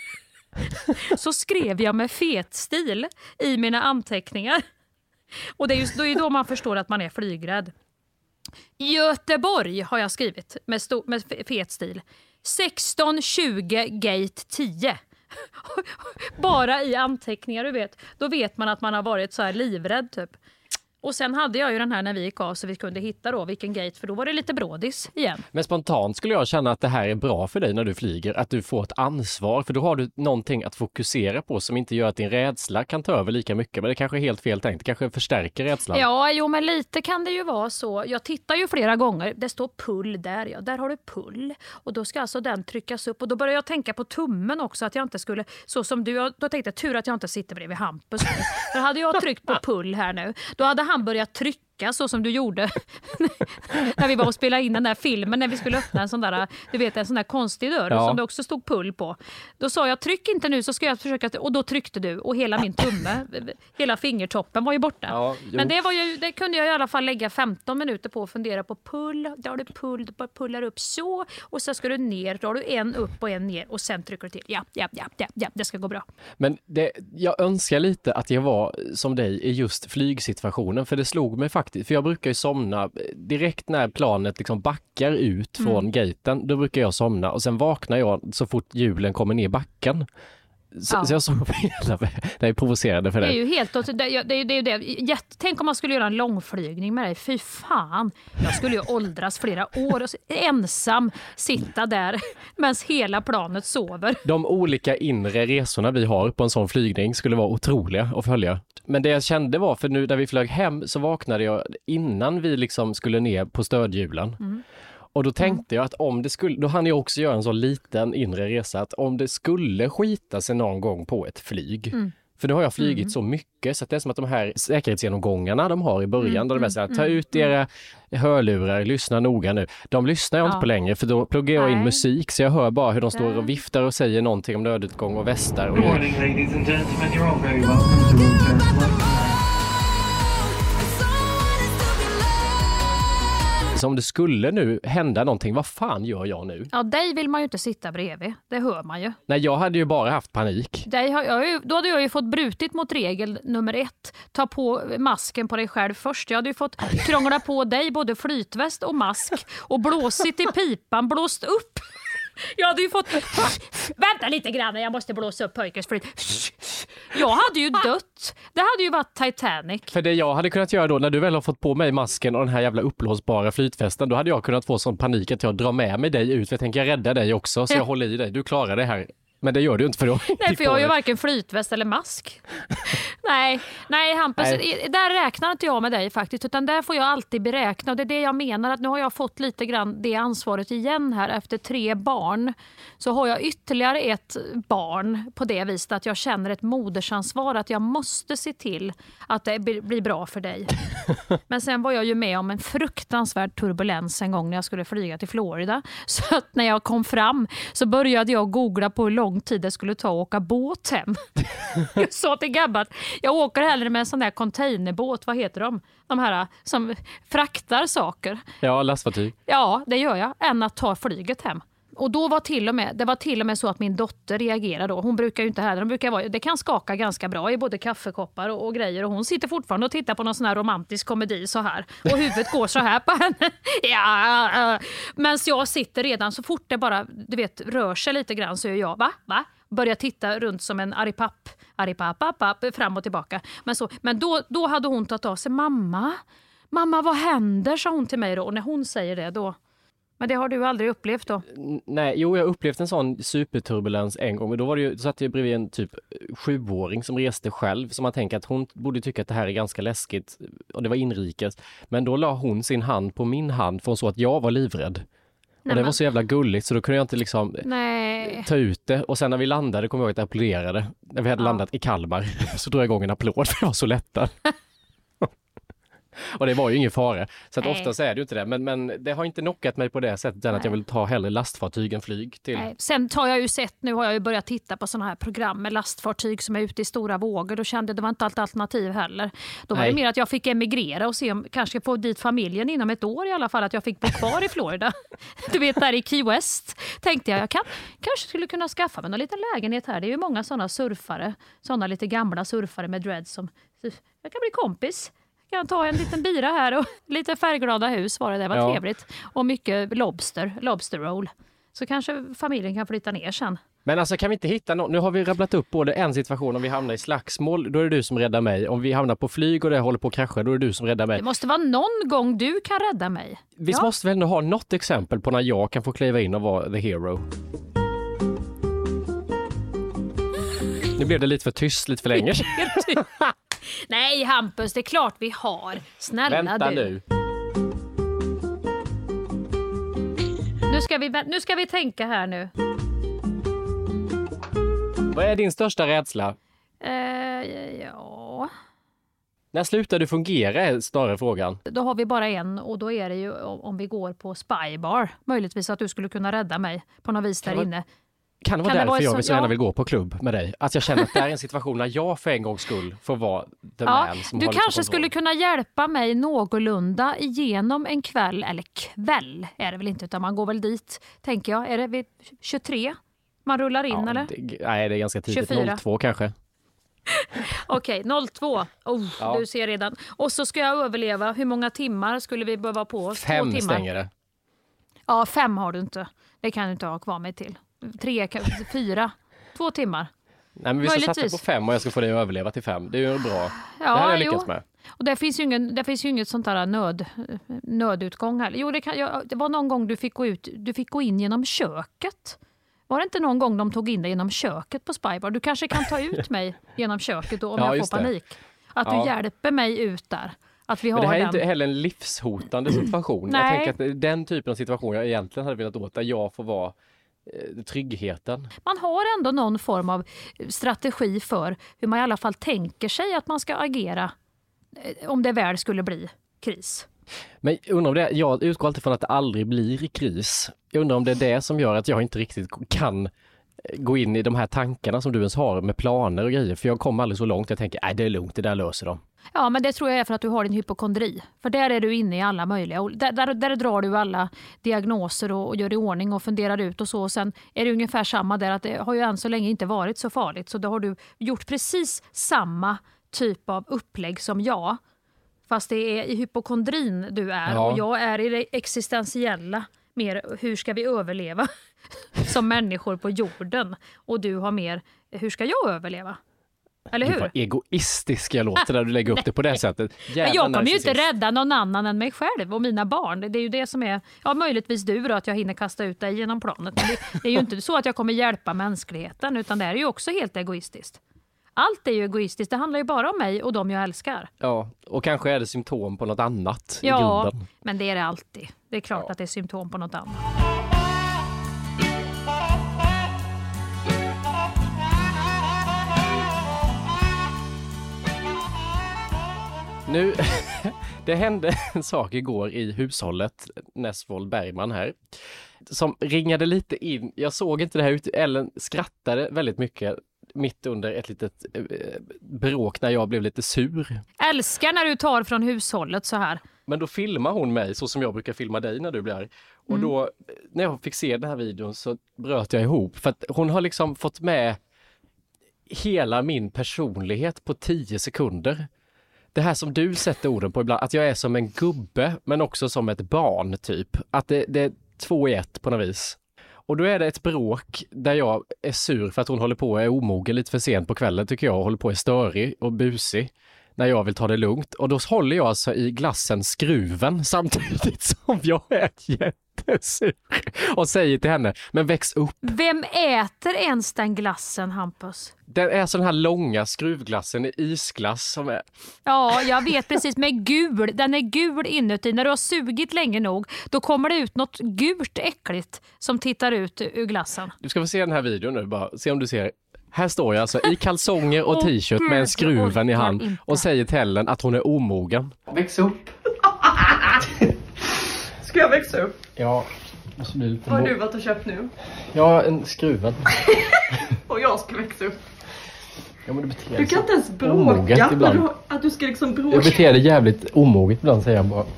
Så skrev jag med fet stil i mina anteckningar. Och det är just då, är då man förstår att man är flygrädd. Göteborg har jag skrivit med, sto- med fet stil. sexton tjugo gate tio. Bara i anteckningar, du vet. Då vet man att man har varit så här livrädd typ. Och sen hade jag ju den här när vi gick av så vi kunde hitta då vilken gate, för då var det lite brådis igen.
Men spontant skulle jag känna att det här är bra för dig när du flyger, att du får ett ansvar, för då har du någonting att fokusera på som inte gör att din rädsla kan ta över lika mycket, men det kanske är helt fel tänkt, det kanske förstärker rädslan.
Ja, jo men lite kan det ju vara så. Jag tittar ju flera gånger, det står pull där, ja, där har du pull. Och då ska alltså den tryckas upp och då börjar jag tänka på tummen också, att jag inte skulle, så som du, då tänkte jag tur att jag inte sitter bredvid Hampus nu. För hade jag tryckt på pull här nu, då hade han börjat trycka så som du gjorde när vi var och spelade in den där filmen, när vi skulle öppna en sån där, du vet, en sån där konstig dörr
ja.
som det också stod pull på. Då sa jag, tryck inte nu så ska jag försöka, och då tryckte du och hela min tumme, hela fingertoppen var ju borta.
Ja,
men det, var ju, det kunde jag i alla fall lägga femton minuter på att fundera på pull, där har du pull, du bara pullar upp så och så ska du ner, då har du en upp och en ner och sen trycker du till. Ja, ja, ja, ja, ja det ska gå bra.
Men det, jag önskar lite att jag var som dig i just flygsituationen, för det slog mig faktiskt. För jag brukar ju somna direkt när planet liksom backar ut från mm. gaten. Då brukar jag somna och sen vaknar jag så fort hjulen kommer ner backen. Så,
ja.
så jag såg hela vägen. Det är provocerande för
det.
dig.
Det är ju helt... Det, det, det, det, det. Jätte, tänk om man skulle göra en långflygning med dig. Fy fan. Jag skulle ju åldras flera år och ensam sitta där medan hela planet sover.
De olika inre resorna vi har på en sån flygning skulle vara otroliga att följa. Men det jag kände var, för nu när vi flög hem så vaknade jag innan vi liksom skulle ner på stödhjulen. Mm. Och då tänkte mm. jag att om det skulle, då hann jag också göra en så liten inre resa, att om det skulle skita sig någon gång på ett flyg, mm. för nu har jag flygit mm. så mycket så att det är som att de här säkerhetsgenomgångarna de har i början, mm. där de är så här, ta ut era hörlurar, lyssna noga nu. De lyssnar jag ja. inte på längre, för då pluggar jag in Nej. musik så jag hör bara hur de står och viftar och säger någonting om nödutgång och västar. Och
Good morning ladies and gentlemen, you're all very welcome to Room.
Så om det skulle nu hända någonting, vad fan gör jag nu?
Ja, dig vill man ju inte sitta bredvid. Det hör man ju.
Nej, jag hade ju bara haft panik.
Dig har, jag ju, då hade jag ju fått brutit mot regel nummer ett. Ta på masken på dig själv först. Jag hade ju fått krångla på dig både flytväst och mask. Och blåsit i pipan, blåst upp. Jag hade ju fått... Vänta lite grann, jag måste blåsa upp pojkens flyt. Jag hade ju dött. Det hade ju varit Titanic.
För det jag hade kunnat göra då, när du väl har fått på mig masken och den här jävla upplåsbara flytfästen, då hade jag kunnat få sån panik att jag drar med mig dig ut. För jag tänker rädda dig också, så jag håller i dig. Du klarar det här. Men det gör du inte för då.
Nej, för jag har ju varken flytväst eller mask. nej, nej Hampus, nej. Där räknar inte jag med dig faktiskt, utan där får jag alltid beräkna. Och det är det jag menar, att nu har jag fått lite grann det ansvaret igen här efter tre barn. Så har jag ytterligare ett barn på det viset att jag känner ett modersansvar, att jag måste se till att det blir bra för dig. Men sen var jag ju med om en fruktansvärd turbulens en gång när jag skulle flyga till Florida. Så att när jag kom fram så började jag googla på hur lång tid det skulle ta att åka båt hem. Jag sa till Gabbat, jag åker hellre med en sån där containerbåt, vad heter de? De här som fraktar saker.
Ja, lastfartyg.
Ja, det gör jag, än att ta flyget hem. Och då var till och med, det var till och med så att min dotter reagerade då. Hon brukar ju inte heller, de brukar vara, det kan skaka ganska bra i både kaffekoppar och, och grejer. Och hon sitter fortfarande och tittar på någon sån här romantisk komedi så här. Och huvudet går så här på henne. Ja, men jag sitter redan, så fort det bara, du vet, rör sig lite grann så är jag, va? Va? Börjar titta runt som en aripapp. Aripapp, app, app, fram och tillbaka. Men, så, men då, då hade hon tagit av sig, mamma, mamma vad händer, sa hon till mig då. Och när hon säger det då, men det har du aldrig upplevt då?
Nej, jo, jag har upplevt en sån superturbulens en gång. Men då var det ju, så att jag bredvid en typ sjuåring som reste själv. Så man tänker att hon borde tycka att det här är ganska läskigt. Och det var inrikes. Men då la hon sin hand på min hand för hon så att jag var livrädd. Och Nej, det var så jävla gulligt så då kunde jag inte liksom
Nej.
ta ut det. Och sen när vi landade kom jag ihåg att jag applåderade. När vi hade ja. landat i Kalmar så drog jag igång en applåd för jag var så lättad. Och det var ju ingen fara. Så att ofta så är det ju inte det. Men, men det har inte knockat mig på det sättet än att jag vill ta hellre lastfartyg än flyg till.
Nej. Sen har jag ju sett, nu har jag ju börjat titta på sådana här program med lastfartyg som är ute i stora vågor. Då kände jag det var inte allt alternativ heller. Då var Nej. det mer att jag fick emigrera och se om kanske få dit familjen inom ett år i alla fall. Att jag fick bo kvar i Florida. Du vet, där i Key West tänkte jag, jag kan, kanske skulle kunna skaffa mig en liten lägenhet här. Det är ju många sådana surfare, sådana lite gamla surfare med dreads som jag kan bli kompis. Jag kan ta en liten bira här och lite färgglada hus var det, det var ja. trevligt. Och mycket lobster, lobster roll. Så kanske familjen kan flytta ner sen.
Men alltså kan vi inte hitta något? Nu har vi rabblat upp både en situation om vi hamnar i slagsmål, då är det du som räddar mig. Om vi hamnar på flyg och det håller på att krascha, då är det du som räddar mig.
Det måste vara någon gång du kan rädda mig.
Vi ja. måste väl ändå ha något exempel på när jag kan få kliva in och vara the hero. Nu blev det lite för tyst, lite för länge.
Nej, Hampus, det är klart vi har. Snälla
Vänta
du.
nu.
Nu ska, vi, nu ska vi tänka här nu.
Vad är din största rädsla?
Eh, ja...
När slutar du fungera är snarare frågan.
Då har vi bara en och då är det ju om vi går på Spybar. Möjligtvis att du skulle kunna rädda mig på något vis där
kan
inne.
Kan det vara
kan
därför
det vara
jag
så,
vill så
ja.
gärna vill gå på klubb med dig? Att jag känner att det är en situation där jag för en gångs skull får vara the
ja,
man som
du
har
kanske
liksom
skulle kunna hjälpa mig någorlunda igenom en kväll, eller kväll är det väl inte, utan man går väl dit, tänker jag. Är det vid tjugotre man rullar in,
ja,
eller?
Det, nej, det är ganska tidigt.
tjugofyra
noll två kanske.
Okej, noll två. Oh,
ja.
Du ser redan. Och så ska jag överleva. Hur många timmar skulle vi behöva på oss?
Fem
Två timmar.
stänger det.
Ja, fem har du inte. Det kan du inte ha kvar mig till. Tre, fyra. Två timmar.
Nej, men vi ska
Möjligtvis.
satsa på fem och jag ska få dig att överleva till fem. Det är ju bra.
Ja,
det här har jag lyckats
jo.
med.
Och det finns ju ingen, det finns ju inget sånt där nöd, nödutgång här. Jo, det, kan, ja, det var någon gång du fick gå ut, du fick gå in genom köket. Var det inte någon gång de tog in dig genom köket på Spybar? Du kanske kan ta ut mig genom köket då, om
Ja,
jag får panik. Att
ja.
du hjälper mig ut där. Att vi har
Men det här
den.
är inte heller en livshotande situation.
Nej.
Jag tänker att det är den typen av situation jag egentligen hade velat åt, där jag får vara eh, tryggheten.
Man har ändå någon form av strategi för hur man i alla fall tänker sig att man ska agera om det väl skulle bli kris.
Men jag undrar om det, jag utgår alltid från att det aldrig blir kris. Jag undrar om det är det som gör att jag inte riktigt kan gå in i de här tankarna som du ens har med planer och grejer. För jag kommer aldrig så långt. Jag tänker, nej det är lugnt, det där löser de.
Ja, men det tror jag är för att du har din hypokondri. För där är du inne i alla möjliga. Och där, där, där drar du alla diagnoser och, och gör i ordning och funderar ut och så. Och sen är det ungefär samma där, att det har ju än så länge inte varit så farligt. Så då har du gjort precis samma typ av upplägg som jag. Fast det är i hypokondrin du är.
Ja.
Och jag är i det existentiella. Mer hur ska vi överleva som människor på jorden. Och du har mer hur ska jag överleva? Eller hur?
Gud, vad egoistisk jag låter när du lägger upp det på det sättet.
Men jag kommer ju inte rädda någon annan än mig själv och mina barn. Det är ju det som är, ja möjligtvis du då, att jag hinner kasta ut dig genom planet. Men det, det är ju inte så att jag kommer hjälpa mänskligheten, utan det är ju också helt egoistiskt. Allt är ju egoistiskt, det handlar ju bara om mig och dem jag älskar.
Ja, och kanske är det symptom på något annat i
ja,
grunden.
Men det är det alltid. Det är klart
Ja.
att det är symptom på något annat.
Nu, det hände en sak igår i hushållet Nessvold Bergman här som ringade lite in. Jag såg inte det här ut. Ellen skrattade väldigt mycket mitt under ett litet eh, bråk när jag blev lite sur.
Älskar när du tar från hushållet så här.
Men då filmar hon mig så som jag brukar filma dig när du blir arg. Och
Mm.
då, när jag fick se den här videon så bröt jag ihop. För att hon har liksom fått med hela min personlighet på tio sekunder. Det här som du sätter orden på ibland, att jag är som en gubbe men också som ett barn typ. Att det, det är två i ett på något vis. Och då är det ett bråk där jag är sur för att hon håller på och är omogen lite för sent på kvällen tycker jag. Och håller på och är störig och busig när jag vill ta det lugnt. Och då håller jag alltså i glassen skruven samtidigt som jag är jättesur. Och säger till henne, men väx upp.
Vem äter ens den glassen, Hampus?
Den är sån här långa skruvglassen i isglass som är...
Ja, jag vet precis. Men gul, den är gul inuti. När du har sugit länge nog, då kommer det ut något gult äckligt som tittar ut ur glassen.
Du ska få se den här videon nu, bara se om du ser. Här står jag alltså i kalsonger och
Åh,
t-shirt med en
Gud,
skruven i
jag
hand
orkar inte.
och säger till Ellen att hon är omogen.
Väx upp. Ska jag växa upp?
Ja, måste bli lite
Vad har du varit och köpt nu?
Ja, en skruven.
Och jag ska växa upp.
Ja, men du beter
Du kan inte ens
omoget
bråka.
ibland.
Du, att du ska liksom bråka.
Jag beter dig jävligt omoget ibland, säger jag bara.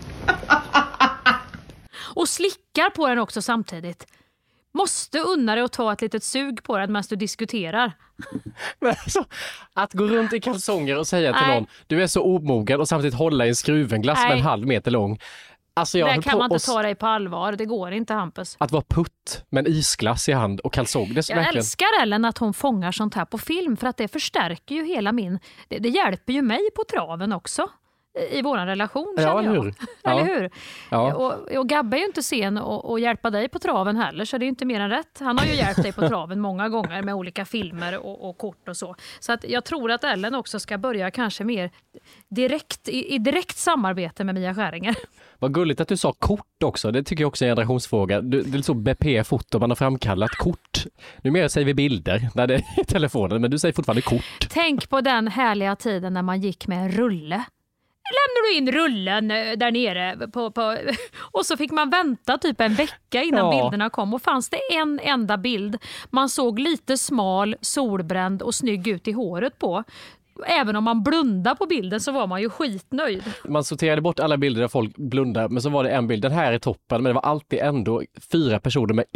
Och slickar på den också samtidigt. Måste unna dig att ta ett litet sug på den medan du diskuterar.
Men alltså, att gå runt i kalsonger och säga till
Nej.
någon, du är så omogen och samtidigt hålla i en skruvenglass med
Nej.
en halv meter lång. Alltså jag
det
höll
kan
på
man inte
att-
ta dig på allvar. Det går inte, Hampus.
Att vara putt med en isglass i hand och kalsong. Det är så
Jag
verkligen...
älskar Ellen att hon fångar sånt här på film för att det förstärker ju hela min... Det, det hjälper ju mig på traven också i, i vår relation,
Ja,
känner
eller
jag.
hur?
Eller
Ja.
hur?
Ja.
Och, och Gabbe är ju inte sen att att hjälpa dig på traven heller, så det är inte mer än rätt. Han har ju hjälpt dig på traven många gånger med olika filmer och, och kort och så. Så att jag tror att Ellen också ska börja kanske mer direkt, i, i direkt samarbete med Mia Skäringer.
Vad gulligt att du sa kort också. Det tycker jag också är en generationsfråga. Du, det är så B P-foto, man har framkallat kort. Numera säger vi bilder när det är i telefonen, men du säger fortfarande kort.
Tänk på den härliga tiden när man gick med en rulle. Lämnar du in rullen eh, där nere på, på, och så fick man vänta typ en vecka innan
Ja.
bilderna kom, och fanns det en enda bild man såg lite smal, solbränd och snygg ut i håret på. Även om man blundade på bilden så var man ju skitnöjd.
Man sorterade bort alla bilder där folk blundade, men så var det en bild, den här är toppen, men det var alltid ändå fyra personer med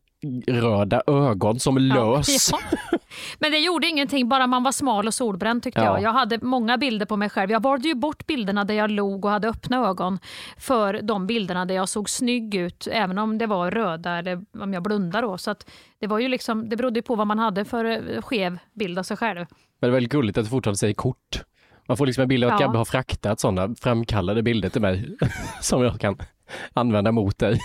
illröda ögon som lös.
Ja, ja. Men det gjorde ingenting, bara man var smal och solbränd tyckte
Ja.
jag. Jag hade många bilder på mig själv. Jag valde ju bort bilderna där jag log och hade öppna ögon för de bilderna där jag såg snygg ut, även om det var röda eller om jag blundade då. Så att det var ju liksom, det berodde ju på vad man hade för eh, skev bild av sig själv.
Men det är väldigt gulligt att du fortfarande säger kort. Man får liksom en bild av att
Ja.
Gabbe har fraktat sådana framkallade bilder till mig som jag kan använda mot dig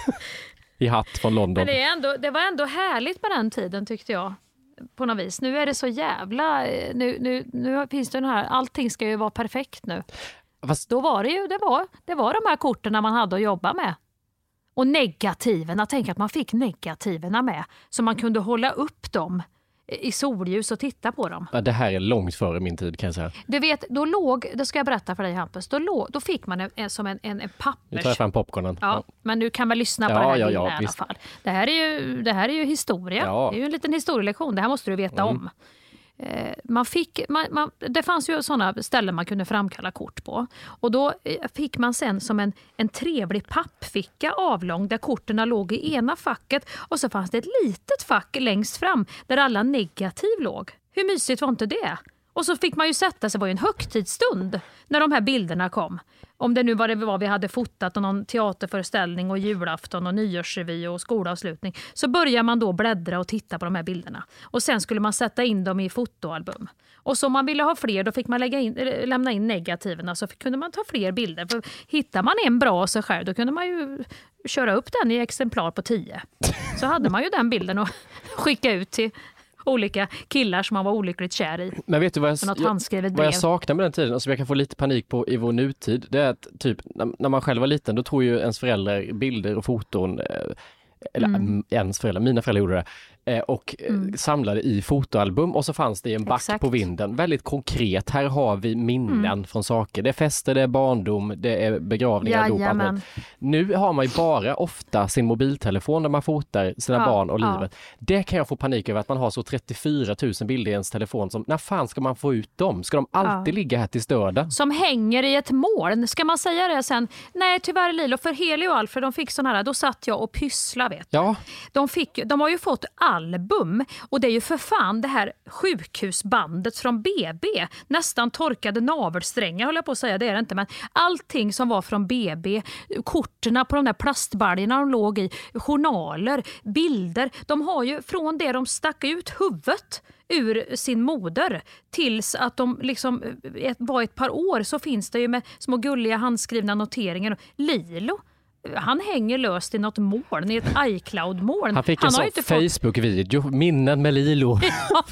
i hatt från London.
Men det, är ändå, det var ändå härligt med den tiden tyckte jag. På något vis. Nu är det så jävla... Nu, nu, nu finns det den här... Allting ska ju vara perfekt nu.
Fast
Då var det ju... Det var, det var de här korten man hade att jobba med. Och negativerna. Tänk att man fick negativerna med. Så man kunde hålla upp dem i solljus och titta på dem.
ja, det här är långt före min tid kan jag säga.
Du vet, då låg... Det ska jag berätta för dig, Hampus. Då, låg, då fick man en, en, som en, en, en
Nu
pappers...
tar jag fram popcornen.
Ja, men nu kan man lyssna på
Ja,
det här
ja,
lilla
ja,
i alla
visst.
fall. Det här är ju, det här är ju historia.
Ja.
Det är ju en liten historielektion. Det här måste du veta
Mm.
om. Eh, Man fick, man, man, det fanns ju sådana ställen man kunde framkalla kort på. Och då eh, fick man sen som en, en trevlig pappficka avlång där korten låg i ena facket. Och så fanns det ett litet fack längst fram där alla negativ låg. Hur mysigt var inte det? Och så fick man ju sätta sig, det var ju en högtidsstund när de här bilderna kom. Om det nu var det var vi hade fotat och någon teaterföreställning och julafton och nyårsrevy och skolavslutning. Så börjar man då bläddra och titta på de här bilderna. Och sen skulle man sätta in dem i fotoalbum. Och så om man ville ha fler då fick man lägga in, eller lämna in negativerna, så kunde man ta fler bilder. För hittar man en bra sig själv då kunde man ju köra upp den i exemplar på tio. Så hade man ju den bilden och skicka ut till olika killar som man var olyckligt kär i.
Men vet du vad jag,
Med något
jag,
handskrivet
vad jag
brev.
saknar med den tiden och som jag kan få lite panik på i vår nutid, det är att typ när, när man själv var liten då tog ju ens föräldrar bilder och foton, eh, eller
Mm.
ens föräldrar, mina föräldrar gjorde det, eh, och eh,
Mm.
samlade i fotoalbum och så fanns det i en back
Exakt.
på vinden. Väldigt konkret, här har vi minnen
Mm.
från saker. Det är fester, det är barndom, det är begravningar, dop och allt
Jajamän.
möjligt. Nu har man ju bara ofta sin mobiltelefon där man fotar sina
Ja,
barn och
ja.
livet. Det kan jag få panik över att man har så trettiofyra tusen bilder i ens telefon. Som, när fan ska man få ut dem? Ska de alltid
Ja.
ligga här till döden?
Som hänger i ett moln. Ska man säga det sen? Nej, tyvärr Lilo. För Heli och Alfred, de fick sån här, då satt jag och pyssla vet du.
Ja,
De, fick, de har ju fått album och det är ju för fan det här sjukhusbandet från B B. Nästan torkade navelsträngar håller jag på att säga, det är det inte. Men allting som var från B B, korterna på de där plastbaljorna de låg i, journaler, bilder. De har ju från det de stack ut huvudet ur sin moder tills att de liksom ett, var ett par år, så finns det ju med små gulliga handskrivna noteringar. Lilo, han hänger löst i något moln, i ett iCloud-moln.
han fick en
har
sån
ju inte fått...
Facebook-video, minnen med Lilo.
Ja.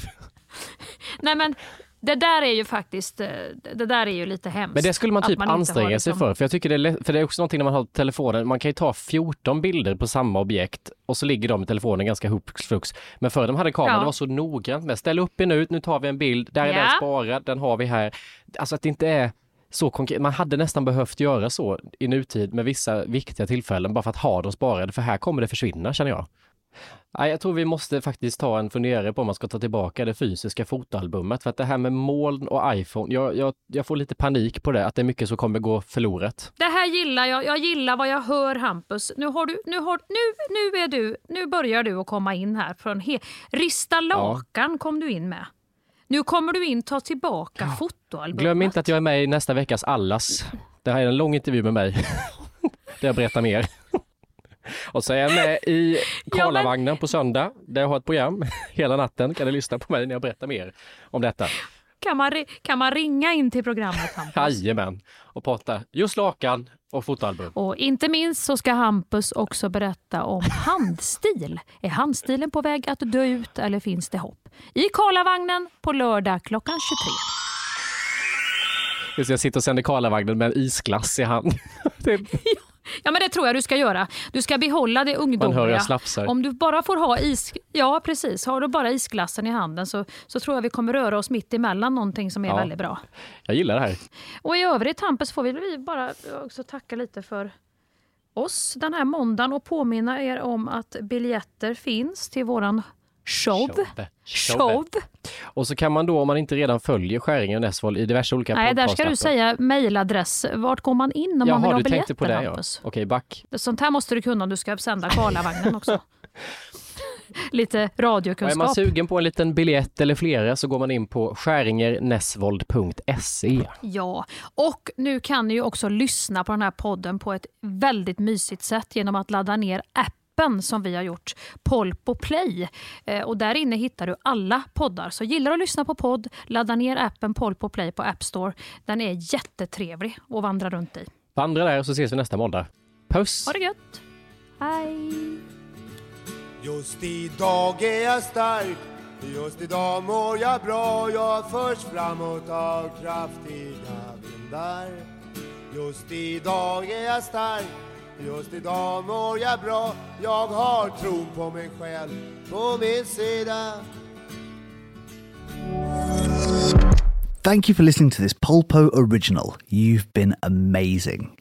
Nej men det där är ju faktiskt, det där är ju lite hemskt.
Men det skulle man
Att
typ
inte
anstränga
har
sig
liksom-
för. För jag tycker det är, lätt, för det är också någonting när man har telefonen. Man kan ju ta fjorton bilder på samma objekt och så ligger de i telefonen ganska hux flux. Men för de hade kameran,
Ja.
det var så noggrant med. Ställ upp en ut, nu tar vi en bild. Där är
Ja.
den sparad, den har vi här. Alltså att det inte är så konkret. Man hade nästan behövt göra så i nutid med vissa viktiga tillfällen bara för att ha dem sparade. För här kommer det försvinna, känner jag. Nej, jag tror vi måste faktiskt ta en funderare på om man ska ta tillbaka det fysiska fotoalbumet. För att det här med moln och iPhone, jag, jag, jag får lite panik på det. Att det är mycket som kommer gå förlorat.
Det här gillar jag. Jag gillar vad jag hör, Hampus. Nu har du, nu har, nu, nu är du, nu börjar du att komma in här från he, Rista lakan kom du in med. Nu kommer du in ta tillbaka fotoalbumet.
Glöm inte att jag är med i nästa veckas Allas. Det här är en lång intervju med mig. där jag berättar mer. Och så är jag med i Karlavagnen på söndag, där jag har ett program hela natten. Kan du lyssna på mig när jag berättar mer om detta?
Kan man, kan man ringa in till programmet, Hampus?
Jajamän, och prata just lakan och fotoalbum.
Och inte minst så ska Hampus också berätta om handstil. Är handstilen på väg att dö ut eller finns det hopp? I Karlavagnen på lördag klockan tjugotre.
Jag sitter och sänder Karlavagnen med en isglass i hand. Det...
Ja, men det tror jag du ska göra. Du ska behålla det ungdomliga.
Man hör jag slapsar.
Om du bara får ha is... Ja, precis. Har du bara isglassen i handen så, så tror jag vi kommer röra oss mitt emellan någonting som är
ja.
väldigt bra.
Jag gillar det här.
Och i övrigt, Hampus, får vi bara också tacka lite för oss den här måndagen och påminna er om att biljetter finns till våran show. Show.
Show. Och så kan man då, om man inte redan följer Skäringen och Näsvold i diverse olika
Nej, där ska du säga mejladress. Vart går man in om
Jaha,
man vill ha
du
biljetter,
tänkte på det,
Hampus?
ja. Okej, back.
Sånt här måste du kunna om du ska sända Karlavagnen också. Lite radiokunskap.
Och är man sugen på en liten biljett eller flera så går man in på skäringernäsvold punkt se.
Ja, och nu kan ni ju också lyssna på den här podden på ett väldigt mysigt sätt genom att ladda ner appen som vi har gjort, Polpo Play. Eh, och där inne hittar du alla poddar. Så gillar du att lyssna på podd, ladda ner appen Polpo Play på App Store. Den är jättetrevlig att vandra runt i.
Vandra där och så ses vi nästa måndag. Puss!
Ha det gött! Hej!
Just idag är jag stark, just idag mår jag bra. Jag förs framåt av kraftiga vindar. Just idag är jag stark, just idag mår jag bra. Jag har tron på mig själv på min sida.
Thank you for listening to this Polpo original. You've been amazing.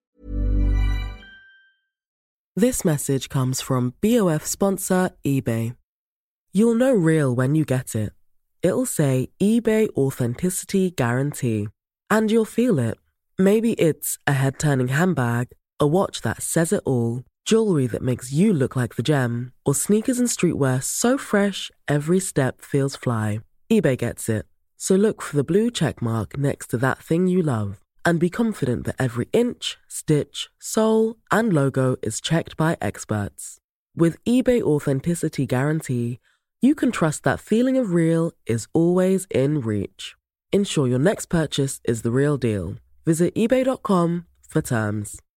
This message comes from B O F sponsor eBay. You'll know real when you get it. It'll say eBay Authenticity Guarantee. And you'll feel it. Maybe it's a head-turning handbag, a watch that says it all, jewelry that makes you look like the gem, or sneakers and streetwear so fresh every step feels fly. eBay gets it. So look for the blue check mark next to that thing you love. And be confident that every inch, stitch, sole, and logo is checked by experts. With eBay Authenticity Guarantee, you can trust that feeling of real is always in reach. Ensure your next purchase is the real deal. Visit ebay dot com for terms.